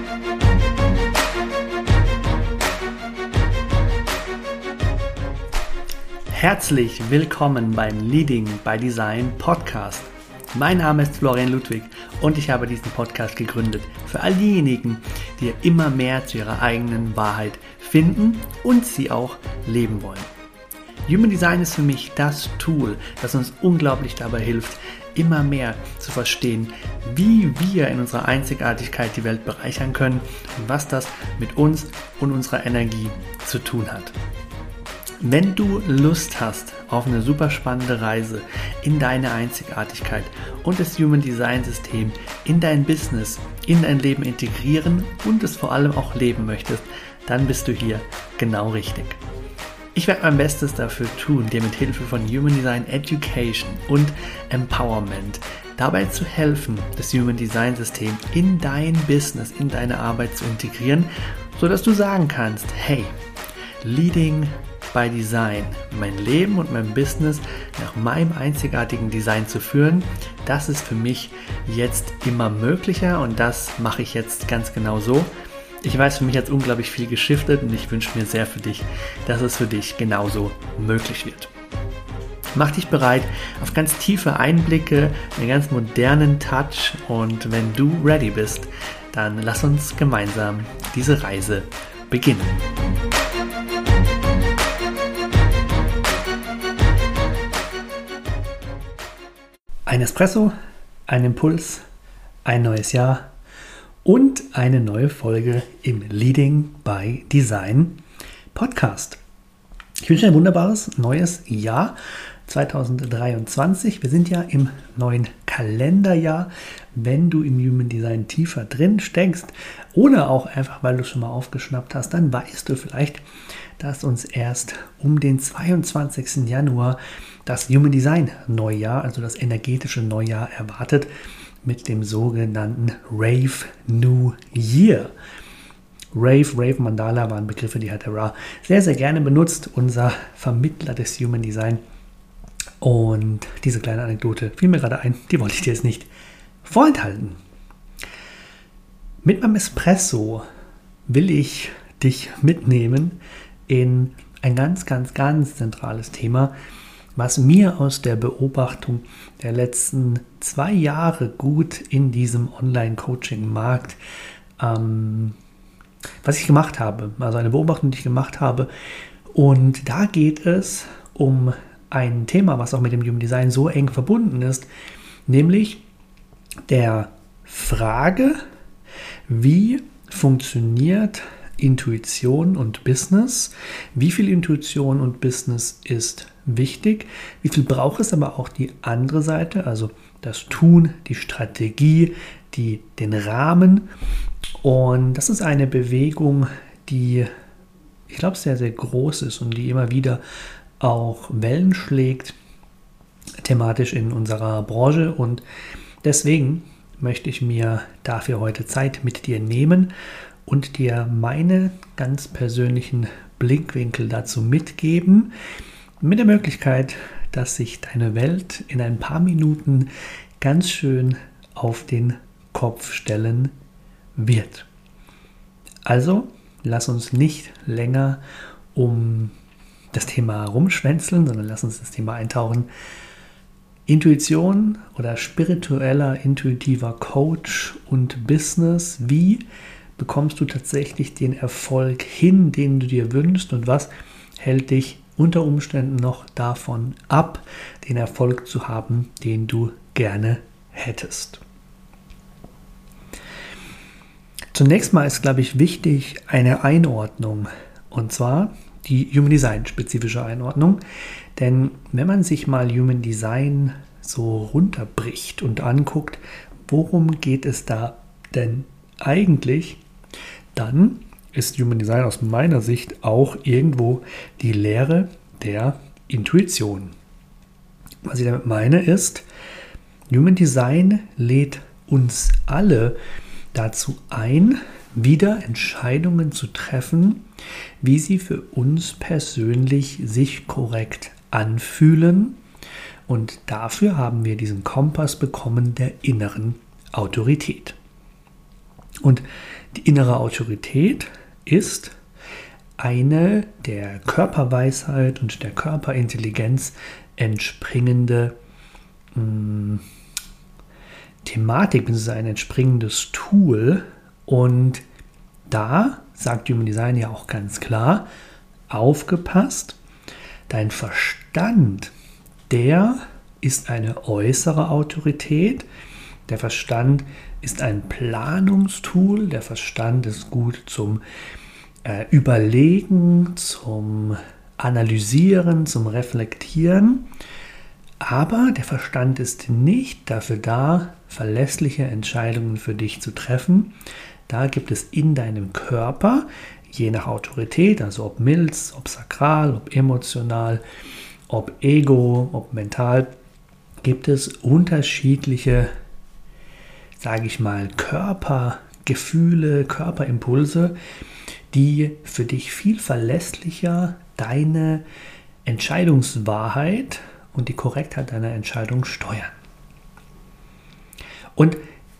Herzlich willkommen beim Leading by Design Podcast. Mein Name ist Florian Ludwig und ich habe diesen Podcast gegründet für all diejenigen, die immer mehr zu ihrer eigenen Wahrheit finden und sie auch leben wollen. Human Design ist für mich das Tool, das uns unglaublich dabei hilft, immer mehr zu verstehen, wie wir in unserer Einzigartigkeit die Welt bereichern können und was das mit uns und unserer Energie zu tun hat. Wenn du Lust hast auf eine super spannende Reise in deine Einzigartigkeit und das Human Design System in dein Business, in dein Leben integrieren und es vor allem auch leben möchtest, dann bist du hier genau richtig. Ich werde mein Bestes dafür tun, dir mit Hilfe von Human Design Education und Empowerment dabei zu helfen, das Human Design System in dein Business, in deine Arbeit zu integrieren, sodass du sagen kannst, hey, Leading by Design, mein Leben und mein Business nach meinem einzigartigen Design zu führen, das ist für mich jetzt immer möglicher und das mache ich jetzt ganz genau so. Ich weiß, für mich hat es unglaublich viel geschiftet und ich wünsche mir sehr für dich, dass es für dich genauso möglich wird. Mach dich bereit auf ganz tiefe Einblicke, einen ganz modernen Touch und wenn du ready bist, dann lass uns gemeinsam diese Reise beginnen. Ein Espresso, ein Impuls, ein neues Jahr und eine neue Folge im Leading by Design Podcast. Ich wünsche ein wunderbares neues Jahr 2023. Wir sind ja im neuen Kalenderjahr. Wenn du im Human Design tiefer drin steckst oder auch einfach, weil du schon mal aufgeschnappt hast, dann weißt du vielleicht, dass uns erst um den 22. Januar das Human Design Neujahr, also das energetische Neujahr erwartet mit dem sogenannten Rave New Year. Rave Mandala waren Begriffe, die hat der Ra sehr, sehr gerne benutzt, unser Vermittler des Human Design. Und diese kleine Anekdote fiel mir gerade ein, die wollte ich dir jetzt nicht vorenthalten. Mit meinem Espresso will ich dich mitnehmen in ein ganz, ganz, ganz zentrales Thema, was mir aus der Beobachtung der letzten 2 Jahre gut in diesem Online-Coaching-Markt, was ich gemacht habe, also eine Beobachtung, die ich gemacht habe. Und da geht es um ein Thema, was auch mit dem Human Design so eng verbunden ist, nämlich der Frage, wie funktioniert Intuition und Business, wie viel Intuition und Business ist wichtig, wie viel braucht es aber auch die andere Seite, also das Tun, die Strategie, den Rahmen. Und das ist eine Bewegung, die, ich glaube, sehr, sehr groß ist und die immer wieder auch Wellen schlägt, thematisch in unserer Branche. Und deswegen möchte ich mir dafür heute Zeit mit dir nehmen und dir meine ganz persönlichen Blickwinkel dazu mitgeben, mit der Möglichkeit, dass sich deine Welt in ein paar Minuten ganz schön auf den Kopf stellen wird. Also, lass uns nicht länger um das Thema rumschwänzeln, sondern lass uns das Thema eintauchen. Intuition oder spiritueller, intuitiver Coach und Business. Wie bekommst du tatsächlich den Erfolg hin, den du dir wünschst und was hält dich unter Umständen noch davon ab, den Erfolg zu haben, den du gerne hättest? Zunächst mal ist, glaube ich, wichtig eine Einordnung, und zwar die Human Design spezifische Einordnung, denn wenn man sich mal Human Design so runterbricht und anguckt, worum geht es da denn eigentlich, dann ist Human Design aus meiner Sicht auch irgendwo die Lehre der Intuition. Was ich damit meine ist, Human Design lädt uns alle dazu ein, wieder Entscheidungen zu treffen, wie sie für uns persönlich sich korrekt anfühlen. Und dafür haben wir diesen Kompass bekommen der inneren Autorität. Und Die innere Autorität ist eine der Körperweisheit und der Körperintelligenz entspringende Thematik, beziehungsweise ein entspringendes Tool. Und da sagt Human Design ja auch ganz klar, aufgepasst, dein Verstand, der ist eine äußere Autorität. Der Verstand ist ein Planungstool. Der Verstand ist gut zum Überlegen, zum Analysieren, zum Reflektieren. Aber der Verstand ist nicht dafür da, verlässliche Entscheidungen für dich zu treffen. Da gibt es in deinem Körper, je nach Autorität, also ob Milz, ob sakral, ob emotional, ob ego, ob mental, gibt es unterschiedliche, sage ich mal, Körpergefühle, Körperimpulse, die für dich viel verlässlicher deine Entscheidungswahrheit und die Korrektheit deiner Entscheidung steuern. Und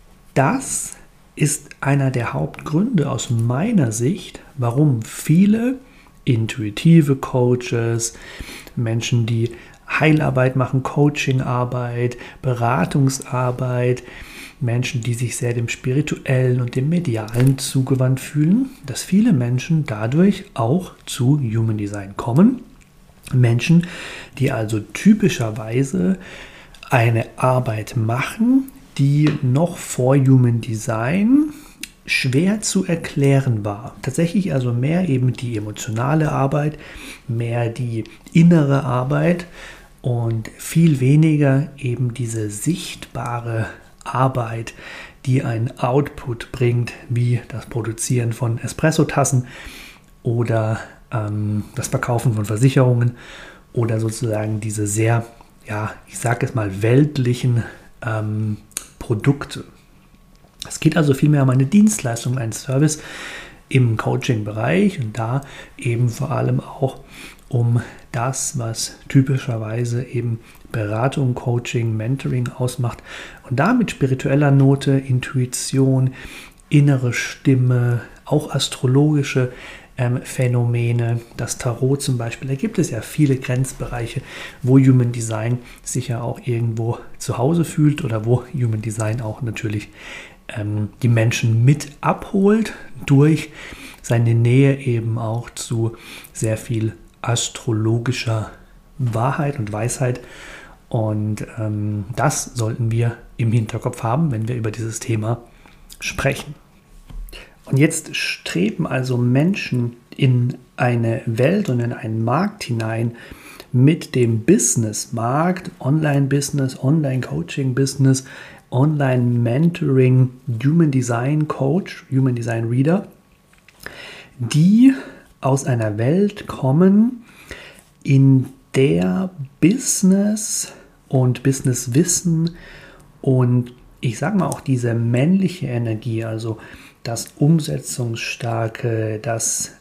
das ist einer der Hauptgründe aus meiner Sicht, warum viele intuitive Coaches, Menschen, die Heilarbeit machen, Coachingarbeit, Beratungsarbeit, Menschen, die sich sehr dem Spirituellen und dem Medialen zugewandt fühlen, dass viele Menschen dadurch auch zu Human Design kommen. Menschen, die also typischerweise eine Arbeit machen, die noch vor Human Design schwer zu erklären war. Tatsächlich also mehr eben die emotionale Arbeit, mehr die innere Arbeit und viel weniger eben diese sichtbare Arbeit, die einen Output bringt, wie das Produzieren von Espresso-Tassen oder das Verkaufen von Versicherungen oder sozusagen diese sehr, ja, ich sage es mal, weltlichen Produkte. Es geht also vielmehr um eine Dienstleistung, einen Service im Coaching-Bereich und da eben vor allem auch um das, was typischerweise eben Beratung, Coaching, Mentoring ausmacht und da mit spiritueller Note, Intuition, innere Stimme, auch astrologische Phänomene, das Tarot zum Beispiel. Da gibt es ja viele Grenzbereiche, wo Human Design sich ja auch irgendwo zu Hause fühlt oder wo Human Design auch natürlich die Menschen mit abholt durch seine Nähe eben auch zu sehr viel astrologischer Wahrheit und Weisheit. Und das sollten wir im Hinterkopf haben, wenn wir über dieses Thema sprechen. Und jetzt streben also Menschen in eine Welt und in einen Markt hinein mit dem Businessmarkt, Online-Business, Online-Coaching-Business, Online-Mentoring, Human Design Coach, Human Design Reader, die aus einer Welt kommen, in der Business und Businesswissen und ich sage mal auch diese männliche Energie, also das Umsetzungsstarke, das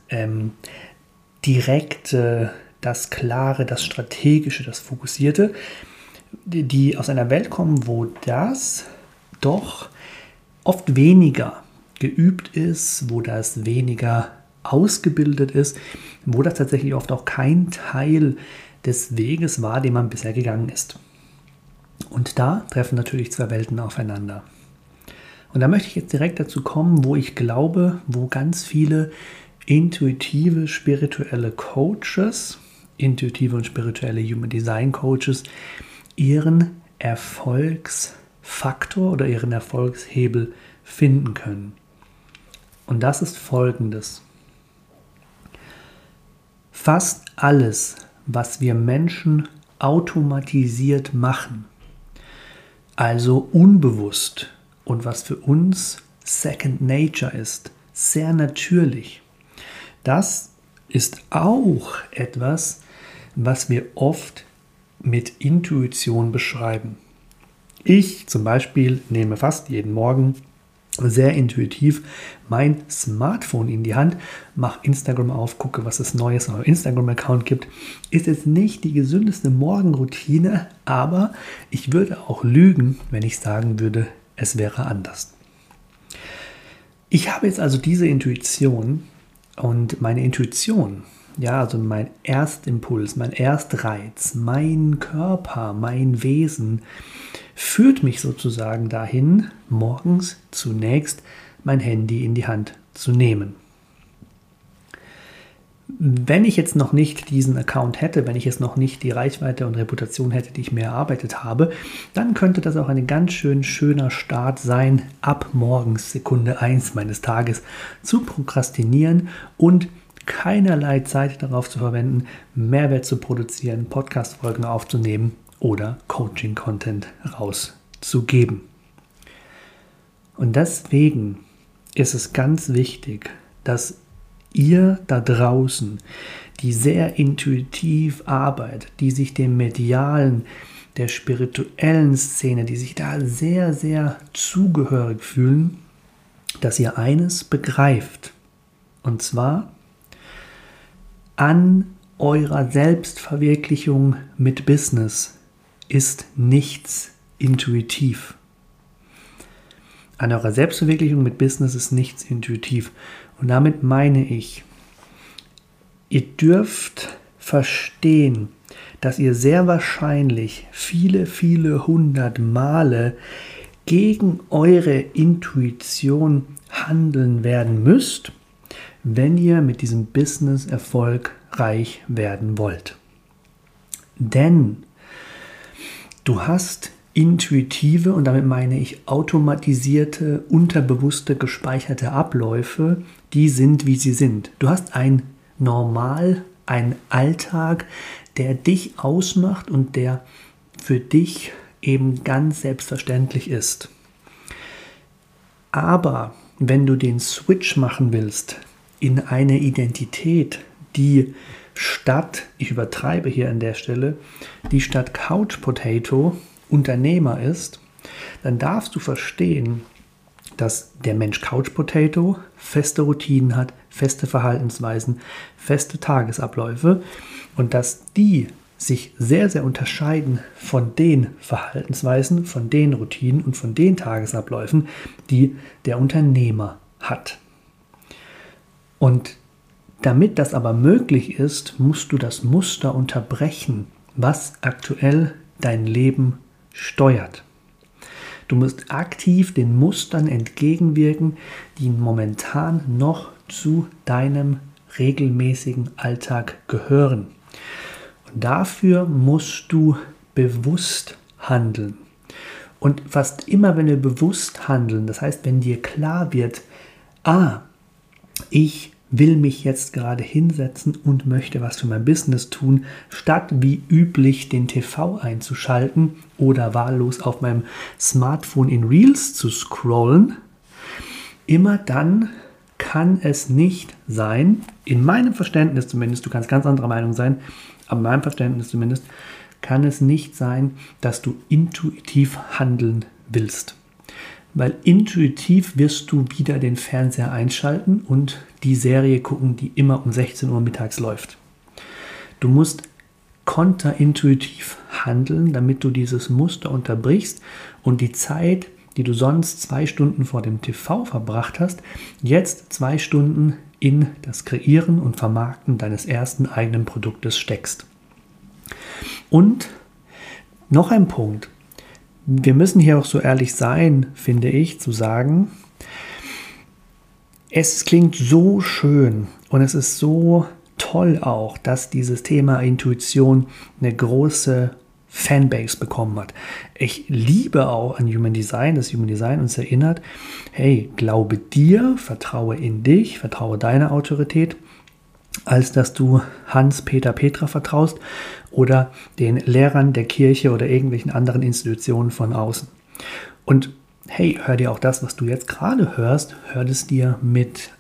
Direkte, das Klare, das Strategische, das Fokussierte, die aus einer Welt kommen, wo das doch oft weniger geübt ist, wo das weniger ausgebildet ist, wo das tatsächlich oft auch kein Teil des Weges war, den man bisher gegangen ist. Und da treffen natürlich zwei Welten aufeinander. Und da möchte ich jetzt direkt dazu kommen, wo ich glaube, wo ganz viele intuitive, spirituelle Coaches, intuitive und spirituelle Human Design Coaches ihren Erfolgsfaktor oder ihren Erfolgshebel finden können. Und das ist Folgendes. Fast alles, was wir Menschen automatisiert machen, also unbewusst und was für uns Second Nature ist, sehr natürlich, das ist auch etwas, was wir oft mit Intuition beschreiben. Ich zum Beispiel nehme fast jeden Morgen sehr intuitiv mein Smartphone in die Hand, mache Instagram auf, gucke, was es Neues auf meinem Instagram-Account gibt. Ist jetzt nicht die gesündeste Morgenroutine, aber ich würde auch lügen, wenn ich sagen würde, es wäre anders. Ich habe jetzt also diese Intuition und meine Intuition, ja, also mein Erstimpuls, mein Erstreiz, mein Körper, mein Wesen führt mich sozusagen dahin, morgens zunächst mein Handy in die Hand zu nehmen. Wenn ich jetzt noch nicht diesen Account hätte, wenn ich jetzt noch nicht die Reichweite und Reputation hätte, die ich mir erarbeitet habe, dann könnte das auch ein ganz schöner Start sein, ab morgens Sekunde 1 meines Tages zu prokrastinieren und keinerlei Zeit darauf zu verwenden, Mehrwert zu produzieren, Podcast-Folgen aufzunehmen oder Coaching-Content rauszugeben. Und deswegen ist es ganz wichtig, dass ihr da draußen, die sehr intuitiv arbeitet, die sich dem Medialen, der spirituellen Szene, die sich da sehr, sehr zugehörig fühlen, dass ihr eines begreift. Und zwar: An eurer Selbstverwirklichung mit Business ist nichts intuitiv. An eurer Selbstverwirklichung mit Business ist nichts intuitiv. Und damit meine ich, ihr dürft verstehen, dass ihr sehr wahrscheinlich viele hundert Male gegen eure Intuition handeln werden müsst, wenn ihr mit diesem Business erfolgreich werden wollt. Denn du hast intuitive, und damit meine ich automatisierte, unterbewusste, gespeicherte Abläufe, die sind, wie sie sind. Du hast ein Normal, einen Alltag, der dich ausmacht und der für dich eben ganz selbstverständlich ist. Aber wenn du den Switch machen willst in eine Identität, die statt, ich übertreibe hier an der Stelle, die statt Couch Potato Unternehmer ist, dann darfst du verstehen, dass der Mensch Couch Potato feste Routinen hat, feste Verhaltensweisen, feste Tagesabläufe und dass die sich sehr, sehr unterscheiden von den Verhaltensweisen, von den Routinen und von den Tagesabläufen, die der Unternehmer hat. Und damit das aber möglich ist, musst du das Muster unterbrechen, was aktuell dein Leben steuert. Du musst aktiv den Mustern entgegenwirken, die momentan noch zu deinem regelmäßigen Alltag gehören. Und dafür musst du bewusst handeln. Und fast immer, wenn wir bewusst handeln, das heißt, wenn dir klar wird, ich will mich jetzt gerade hinsetzen und möchte was für mein Business tun, statt wie üblich den TV einzuschalten oder wahllos auf meinem Smartphone in Reels zu scrollen, immer dann kann es nicht sein, in meinem Verständnis zumindest, du kannst ganz anderer Meinung sein, aber in meinem Verständnis zumindest, kann es nicht sein, dass du intuitiv handeln willst. Weil intuitiv wirst du wieder den Fernseher einschalten und die Serie gucken, die immer um 16 Uhr mittags läuft. Du musst konterintuitiv handeln, damit du dieses Muster unterbrichst und die Zeit, die du sonst 2 Stunden vor dem TV verbracht hast, jetzt 2 Stunden in das Kreieren und Vermarkten deines ersten eigenen Produktes steckst. Und noch ein Punkt. Wir müssen hier auch so ehrlich sein, finde ich, zu sagen, es klingt so schön und es ist so toll auch, dass dieses Thema Intuition eine große Fanbase bekommen hat. Ich liebe auch an Human Design, dass Human Design uns erinnert, hey, glaube dir, vertraue in dich, vertraue deiner Autorität, als dass du Hans, Peter, Petra vertraust oder den Lehrern der Kirche oder irgendwelchen anderen Institutionen von außen. Und hey, hör dir auch das, was du jetzt gerade hörst, hör es dir mit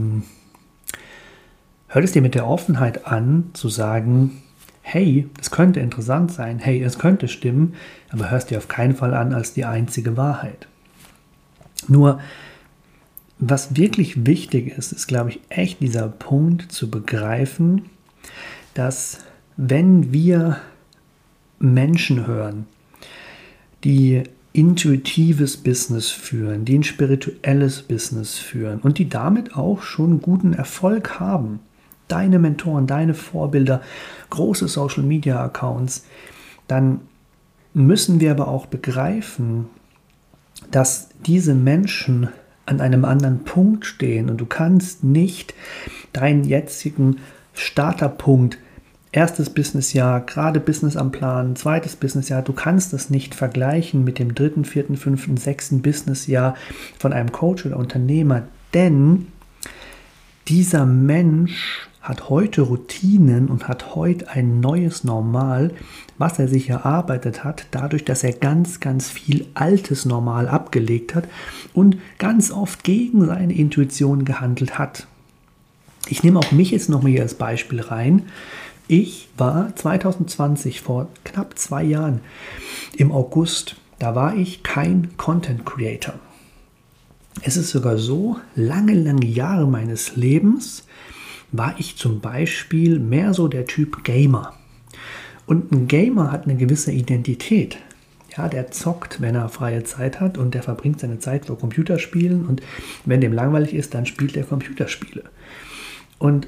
der Offenheit an, zu sagen, hey, das könnte interessant sein, hey, es könnte stimmen, aber hörst dir auf keinen Fall an als die einzige Wahrheit. Nur, was wirklich wichtig ist, ist, glaube ich, echt dieser Punkt zu begreifen, dass wenn wir Menschen hören, die intuitives Business führen, die ein spirituelles Business führen und die damit auch schon guten Erfolg haben. Deine Mentoren, deine Vorbilder, große Social-Media-Accounts, dann müssen wir aber auch begreifen, dass diese Menschen an einem anderen Punkt stehen und du kannst nicht deinen jetzigen Starterpunkt, erstes Businessjahr, gerade Business am Plan, zweites Businessjahr, du kannst das nicht vergleichen mit dem dritten, vierten, fünften, sechsten Businessjahr von einem Coach oder Unternehmer, denn dieser Mensch hat heute Routinen und hat heute ein neues Normal, was er sich erarbeitet hat, dadurch, dass er ganz, ganz viel altes Normal abgelegt hat und ganz oft gegen seine Intuition gehandelt hat. Ich nehme auch mich jetzt nochmal hier als Beispiel rein. Ich war 2020, vor knapp 2 Jahren, im August, da war ich kein Content Creator. Es ist sogar so, lange, lange Jahre meines Lebens war ich zum Beispiel mehr so der Typ Gamer. Und ein Gamer hat eine gewisse Identität. Ja, der zockt, wenn er freie Zeit hat und der verbringt seine Zeit vor Computerspielen und wenn dem langweilig ist, dann spielt er Computerspiele. Und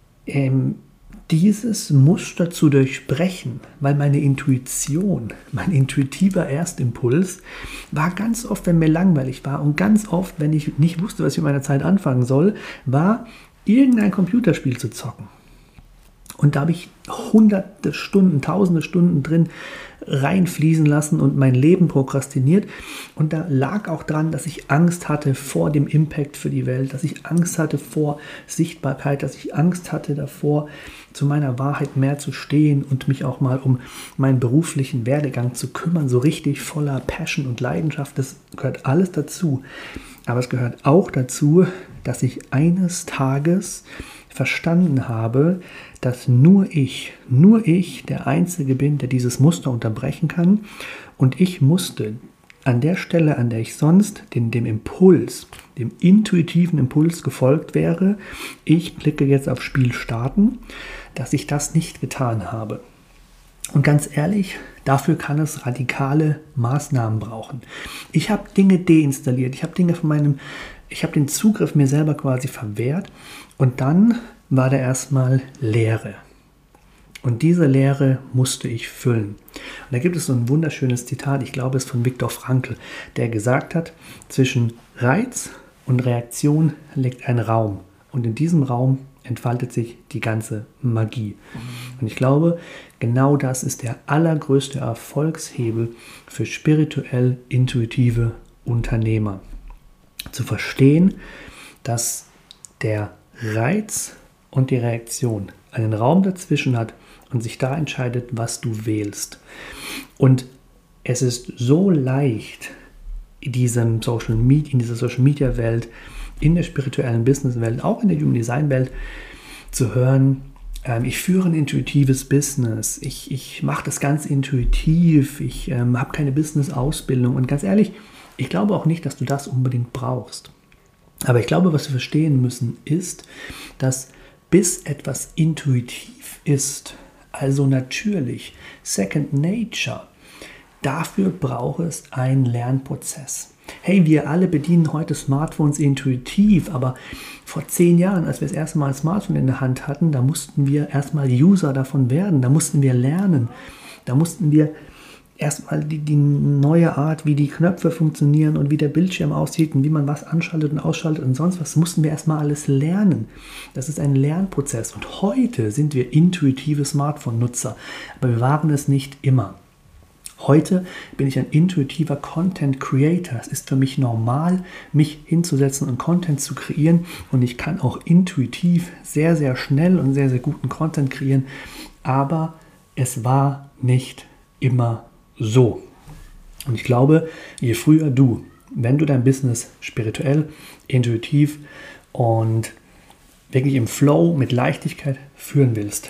dieses Muster zu durchbrechen, weil meine Intuition, mein intuitiver Erstimpuls war ganz oft, wenn mir langweilig war und ganz oft, wenn ich nicht wusste, was ich mit meiner Zeit anfangen soll, war irgendein Computerspiel zu zocken. Und da habe ich hunderte Stunden, tausende Stunden drin reinfließen lassen und mein Leben prokrastiniert. Und da lag auch dran, dass ich Angst hatte vor dem Impact für die Welt, dass ich Angst hatte vor Sichtbarkeit, dass ich Angst hatte davor, zu meiner Wahrheit mehr zu stehen und mich auch mal um meinen beruflichen Werdegang zu kümmern, so richtig voller Passion und Leidenschaft. Das gehört alles dazu. Aber es gehört auch dazu, dass ich eines Tages verstanden habe, dass nur ich der Einzige bin, der dieses Muster unterbrechen kann. Und ich musste an der Stelle, an der ich sonst dem Impuls, dem intuitiven Impuls gefolgt wäre, ich klicke jetzt auf Spiel starten, dass ich das nicht getan habe. Und ganz ehrlich, dafür kann es radikale Maßnahmen brauchen. Ich habe Dinge deinstalliert, ich habe den Zugriff mir selber quasi verwehrt und dann war da erstmal Leere. Und diese Leere musste ich füllen. Und da gibt es so ein wunderschönes Zitat, ich glaube es ist von Viktor Frankl, der gesagt hat, zwischen Reiz und Reaktion liegt ein Raum. Und in diesem Raum entfaltet sich die ganze Magie. Und ich glaube, genau das ist der allergrößte Erfolgshebel für spirituell intuitive Unternehmer. Zu verstehen, dass der Reiz und die Reaktion einen Raum dazwischen hat und sich da entscheidet, was du wählst. Und es ist so leicht, in dieser Social Media Welt, in der spirituellen Business-Welt, auch in der Human Design Welt zu hören, ich führe ein intuitives Business, ich mache das ganz intuitiv, ich habe keine Business-Ausbildung. Und ganz ehrlich, ich glaube auch nicht, dass du das unbedingt brauchst. Aber ich glaube, was wir verstehen müssen, ist, dass bis etwas intuitiv ist, also natürlich, Second Nature, dafür braucht es einen Lernprozess. Hey, wir alle bedienen heute Smartphones intuitiv, aber vor 10 Jahren, als wir das erste Mal ein Smartphone in der Hand hatten, da mussten wir erstmal User davon werden, da mussten wir lernen, da mussten wir erstmal die neue Art, wie die Knöpfe funktionieren und wie der Bildschirm aussieht und wie man was anschaltet und ausschaltet und sonst was, mussten wir erstmal alles lernen. Das ist ein Lernprozess und heute sind wir intuitive Smartphone-Nutzer, aber wir waren es nicht immer. Heute bin ich ein intuitiver Content Creator. Es ist für mich normal, mich hinzusetzen und Content zu kreieren und ich kann auch intuitiv sehr, sehr schnell und sehr, sehr guten Content kreieren, aber es war nicht immer so. Und ich glaube, je früher wenn du dein Business spirituell, intuitiv und wirklich im Flow mit Leichtigkeit führen willst,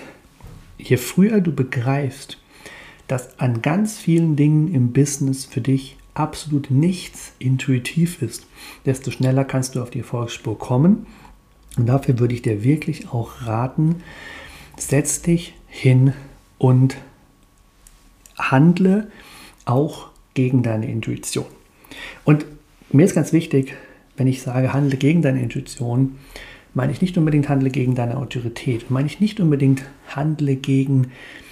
je früher du begreifst, dass an ganz vielen Dingen im Business für dich absolut nichts intuitiv ist, desto schneller kannst du auf die Erfolgsspur kommen. Und dafür würde ich dir wirklich auch raten, setz dich hin und handle auch gegen deine Intuition. Und mir ist ganz wichtig, wenn ich sage, handle gegen deine Intuition, meine ich nicht unbedingt handle gegen deine Autorität, meine ich nicht unbedingt handle gegen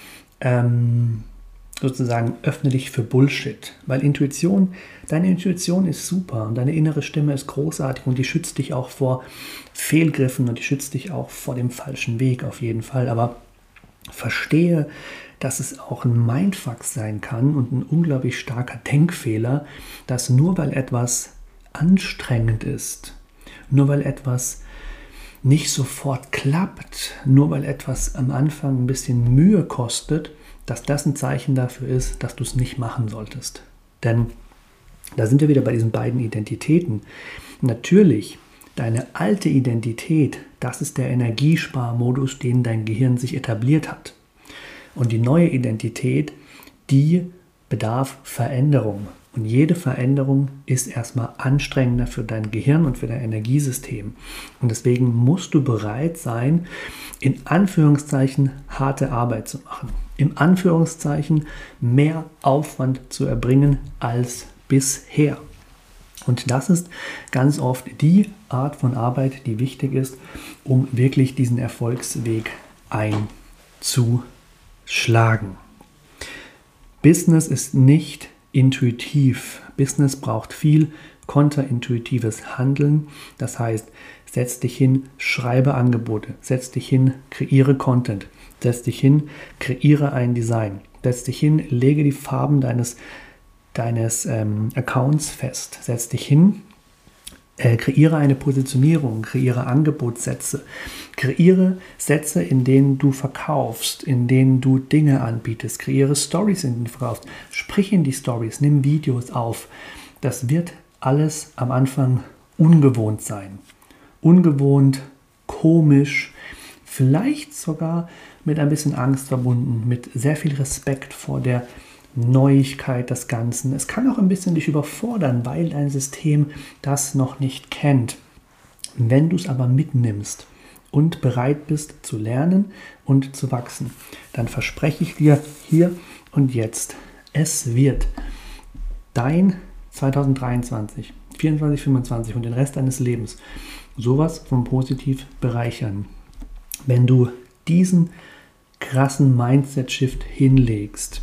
sozusagen öffne dich für Bullshit, weil deine Intuition ist super und deine innere Stimme ist großartig und die schützt dich auch vor Fehlgriffen und die schützt dich auch vor dem falschen Weg auf jeden Fall, aber verstehe, dass es auch ein Mindfuck sein kann und ein unglaublich starker Denkfehler, dass nur weil etwas anstrengend ist, nur weil etwas nicht sofort klappt, nur weil etwas am Anfang ein bisschen Mühe kostet, dass das ein Zeichen dafür ist, dass du es nicht machen solltest. Denn da sind wir wieder bei diesen beiden Identitäten. Natürlich, deine alte Identität, das ist der Energiesparmodus, den dein Gehirn sich etabliert hat. Und die neue Identität, die bedarf Veränderung. Und jede Veränderung ist erstmal anstrengender für dein Gehirn und für dein Energiesystem. Und deswegen musst du bereit sein, in Anführungszeichen harte Arbeit zu machen. In Anführungszeichen mehr Aufwand zu erbringen als bisher. Und das ist ganz oft die Art von Arbeit, die wichtig ist, um wirklich diesen Erfolgsweg einzuschlagen. Business ist nicht intuitiv. Business braucht viel konterintuitives Handeln. Das heißt, setz dich hin, schreibe Angebote, setz dich hin, kreiere Content, setz dich hin, kreiere ein Design, setz dich hin, lege die Farben deines Accounts fest, setz dich hin, kreiere eine Positionierung, kreiere Angebotssätze, kreiere Sätze, in denen du verkaufst, in denen du Dinge anbietest, kreiere Stories, in denen du verkaufst, sprich in die Stories, nimm Videos auf. Das wird alles am Anfang ungewohnt sein. Ungewohnt, komisch, vielleicht sogar mit ein bisschen Angst verbunden, mit sehr viel Respekt vor der Neuigkeit des Ganzen. Es kann auch ein bisschen dich überfordern, weil dein System das noch nicht kennt. Wenn du es aber mitnimmst und bereit bist zu lernen und zu wachsen, dann verspreche ich dir hier und jetzt, es wird dein 2023, 24, 25 und den Rest deines Lebens sowas von positiv bereichern, wenn du diesen krassen Mindset-Shift hinlegst.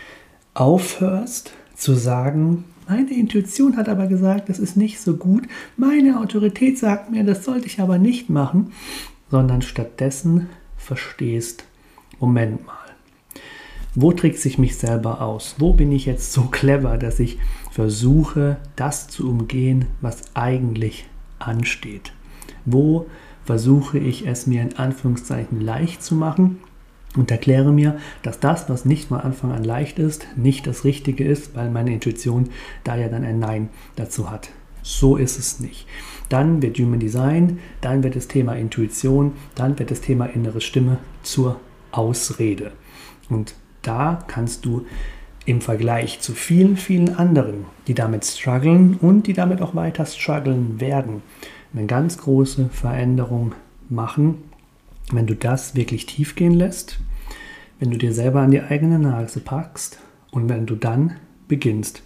Aufhörst zu sagen, meine Intuition hat aber gesagt, das ist nicht so gut, meine Autorität sagt mir, das sollte ich aber nicht machen, sondern stattdessen verstehst, Moment mal, wo trickse ich mich selber aus? Wo bin ich jetzt so clever, dass ich versuche, das zu umgehen, was eigentlich ansteht? Wo versuche ich es mir in Anführungszeichen leicht zu machen? Und erkläre mir, dass das, was nicht von Anfang an leicht ist, nicht das Richtige ist, weil meine Intuition da ja dann ein Nein dazu hat. So ist es nicht. Dann wird Human Design, dann wird das Thema Intuition, dann wird das Thema innere Stimme zur Ausrede. Und da kannst du im Vergleich zu vielen, vielen anderen, die damit strugglen und die damit auch weiter strugglen werden, eine ganz große Veränderung machen, wenn du das wirklich tief gehen lässt, wenn du dir selber an die eigene Nase packst und wenn du dann beginnst,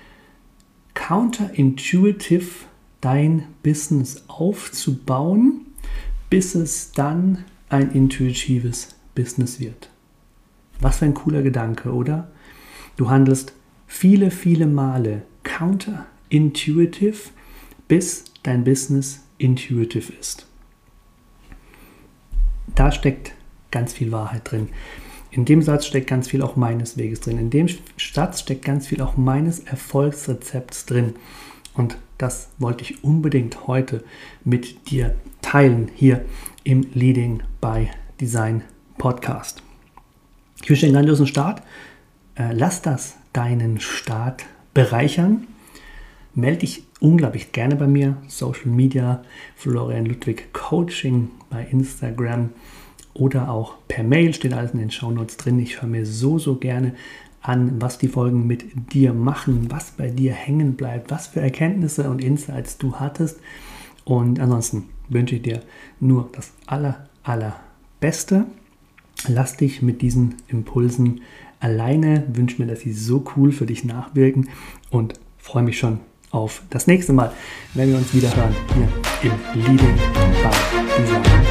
counterintuitive dein Business aufzubauen, bis es dann ein intuitives Business wird. Was für ein cooler Gedanke, oder? Du handelst viele, viele Male counterintuitive, bis dein Business intuitive ist. Da steckt ganz viel Wahrheit drin. In dem Satz steckt ganz viel auch meines Weges drin. In dem Satz steckt ganz viel auch meines Erfolgsrezepts drin. Und das wollte ich unbedingt heute mit dir teilen, hier im Leading by Design Podcast. Ich wünsche dir einen grandiosen Start. Lass das deinen Start bereichern. Melde dich unglaublich gerne bei mir. Social Media, Florian Ludwig Coaching bei Instagram oder auch per Mail, steht alles in den Shownotes drin. Ich höre mir so gerne an, was die Folgen mit dir machen, was bei dir hängen bleibt, was für Erkenntnisse und Insights du hattest. Und ansonsten wünsche ich dir nur das Allerbeste. Lass dich mit diesen Impulsen alleine wünsche mir, dass sie so cool für dich nachwirken und freue mich schon auf das nächste Mal, wenn wir uns wieder hören hier im Leading by Design